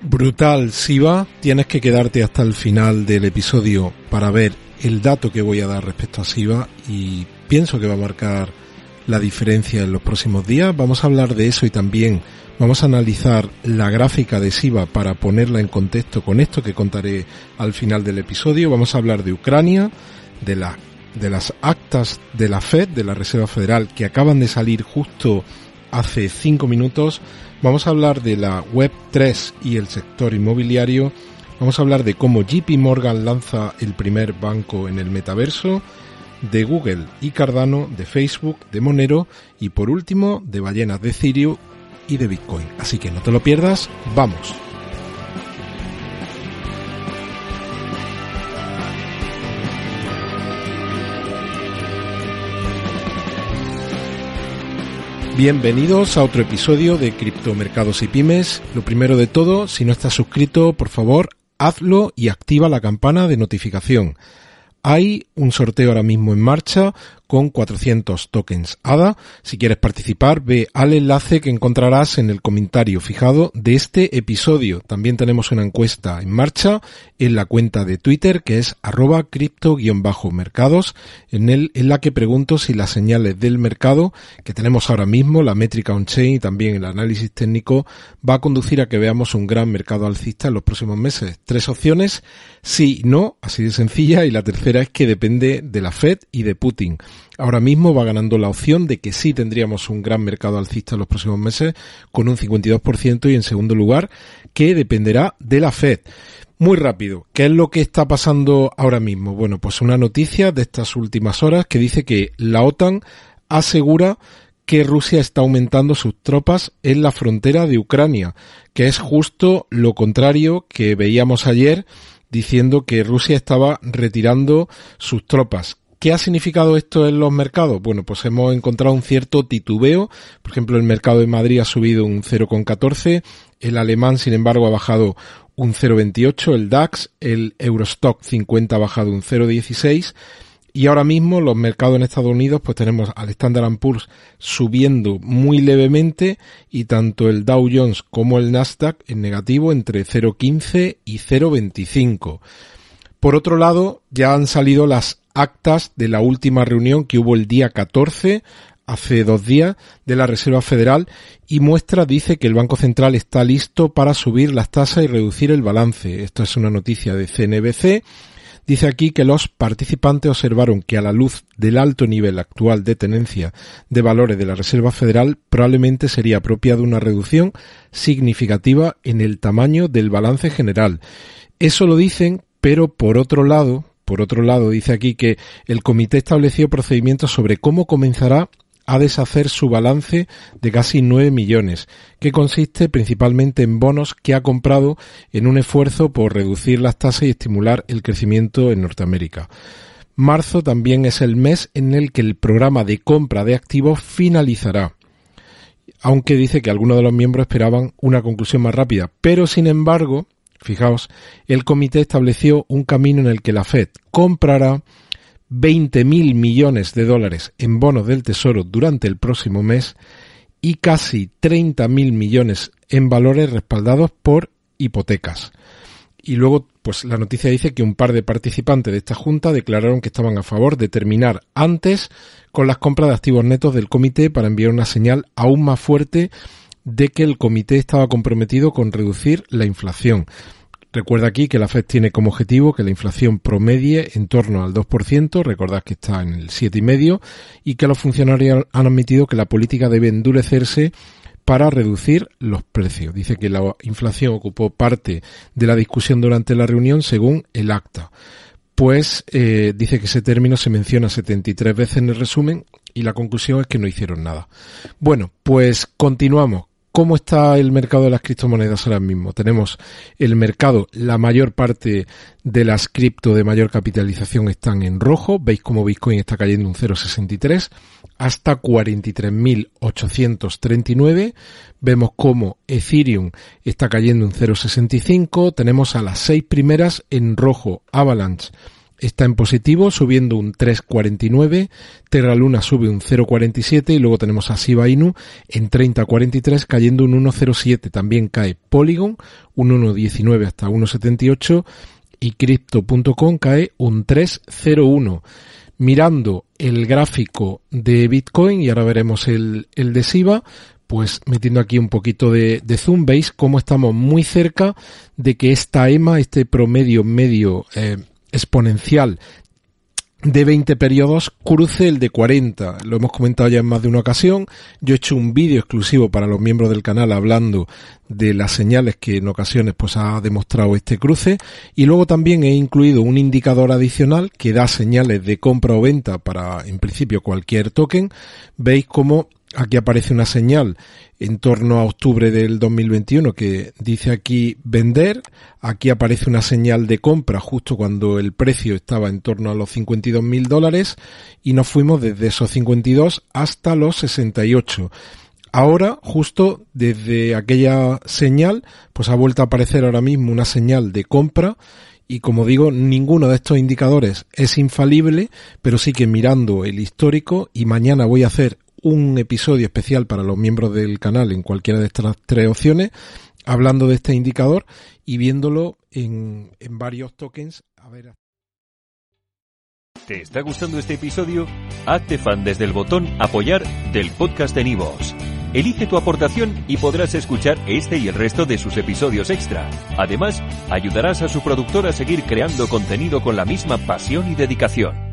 Brutal, Siva, tienes que quedarte hasta el final del episodio para ver el dato que voy a dar respecto a Siva y pienso que va a marcar la diferencia en los próximos días. Vamos a hablar de eso y también vamos a analizar la gráfica de Siva para ponerla en contexto con esto que contaré al final del episodio. Vamos a hablar de Ucrania, de las actas de la Fed, de la Reserva Federal, que acaban de salir justo hace 5 minutos. Vamos a hablar de la Web3 y el sector inmobiliario. Vamos a hablar de cómo JP Morgan lanza el primer banco en el metaverso, de Google y Cardano, de Facebook, de Monero y por último de ballenas de Ethereum y de Bitcoin. Así que no te lo pierdas, ¡vamos! Bienvenidos a otro episodio de Criptomercados y Pymes. Lo primero de todo, si no estás suscrito, por favor, hazlo y activa la campana de notificación. Hay un sorteo ahora mismo en marcha con 400 tokens ADA. Si quieres participar, ve al enlace que encontrarás en el comentario fijado de este episodio. También tenemos una encuesta en marcha en la cuenta de Twitter que es @cripto_mercados, en la que pregunto si las señales del mercado que tenemos ahora mismo, la métrica on-chain y también el análisis técnico, va a conducir a que veamos un gran mercado alcista en los próximos meses. 3 opciones, sí, no, así de sencilla, y la tercera es que depende de la Fed y de Putin. Ahora mismo va ganando la opción de que sí tendríamos un gran mercado alcista en los próximos meses con un 52% y en segundo lugar que dependerá de la Fed. Muy rápido, ¿qué es lo que está pasando ahora mismo? Bueno, pues una noticia de estas últimas horas que dice que la OTAN asegura que Rusia está aumentando sus tropas en la frontera de Ucrania, que es justo lo contrario que veíamos ayer diciendo que Rusia estaba retirando sus tropas. ¿Qué ha significado esto en los mercados? Bueno, pues hemos encontrado un cierto titubeo. Por ejemplo, el mercado de Madrid ha subido un 0,14, el alemán, sin embargo, ha bajado un 0,28, el DAX, el Eurostock 50 ha bajado un 0,16 y ahora mismo los mercados en Estados Unidos pues tenemos al Standard & Poor's subiendo muy levemente y tanto el Dow Jones como el Nasdaq en negativo entre 0,15 y 0,25. Por otro lado, ya han salido las actas de la última reunión que hubo el día 14, hace 2 días, de la Reserva Federal y dice que el Banco Central está listo para subir las tasas y reducir el balance. Esto es una noticia de CNBC. Dice aquí que los participantes observaron que a la luz del alto nivel actual de tenencia de valores de la Reserva Federal probablemente sería apropiada una reducción significativa en el tamaño del balance general. Eso lo dicen, pero por otro lado, dice aquí que el comité estableció procedimientos sobre cómo comenzará a deshacer su balance de casi 9 millones, que consiste principalmente en bonos que ha comprado en un esfuerzo por reducir las tasas y estimular el crecimiento en Norteamérica. Marzo también es el mes en el que el programa de compra de activos finalizará, aunque dice que algunos de los miembros esperaban una conclusión más rápida, pero sin embargo, fijaos, el comité estableció un camino en el que la Fed comprará 20.000 millones de dólares en bonos del Tesoro durante el próximo mes y casi 30.000 millones en valores respaldados por hipotecas. Y luego, pues la noticia dice que un par de participantes de esta junta declararon que estaban a favor de terminar antes con las compras de activos netos del comité para enviar una señal aún más fuerte de que el comité estaba comprometido con reducir la inflación. Recuerda aquí que la Fed tiene como objetivo que la inflación promedie en torno al 2%, recordad que está en el 7,5%, y que los funcionarios han admitido que la política debe endurecerse para reducir los precios. Dice que la inflación ocupó parte de la discusión durante la reunión según el acta. Pues dice que ese término se menciona 73 veces en el resumen y la conclusión es que no hicieron nada. Bueno, pues continuamos. ¿Cómo está el mercado de las criptomonedas ahora mismo? Tenemos el mercado, la mayor parte de las cripto de mayor capitalización están en rojo. Veis cómo Bitcoin está cayendo un 0,63 hasta 43.839. Vemos cómo Ethereum está cayendo un 0,65. Tenemos a las 6 primeras en rojo. Avalanche está en positivo, subiendo un 3,49, Terra Luna sube un 0,47 y luego tenemos a Shiba Inu en 30,43 cayendo un 1,07. También cae Polygon un 1,19 hasta 1,78 y Crypto.com cae un 3,01. Mirando el gráfico de Bitcoin, y ahora veremos el de Shiba, pues metiendo aquí un poquito de zoom, veis cómo estamos muy cerca de que esta EMA, este promedio medio exponencial de 20 periodos, cruce el de 40. Lo hemos comentado ya en más de una ocasión. Yo he hecho un vídeo exclusivo para los miembros del canal hablando de las señales que en ocasiones pues ha demostrado este cruce, y luego también he incluido un indicador adicional que da señales de compra o venta para en principio cualquier token. Veis cómo aquí aparece una señal en torno a octubre del 2021 que dice aquí vender. Aquí aparece una señal de compra justo cuando el precio estaba en torno a los $52.000 y nos fuimos desde esos 52 hasta los 68. Ahora, justo desde aquella señal, pues ha vuelto a aparecer ahora mismo una señal de compra. Y como digo, ninguno de estos indicadores es infalible, pero sí que mirando el histórico, y mañana voy a hacer un episodio especial para los miembros del canal en cualquiera de estas tres opciones, hablando de este indicador y viéndolo en varios tokens. A ver. ¿Te está gustando este episodio? Hazte fan desde el botón Apoyar del podcast de Nivos. Elige tu aportación y podrás escuchar este y el resto de sus episodios extra. Además, ayudarás a su productor a seguir creando contenido con la misma pasión y dedicación.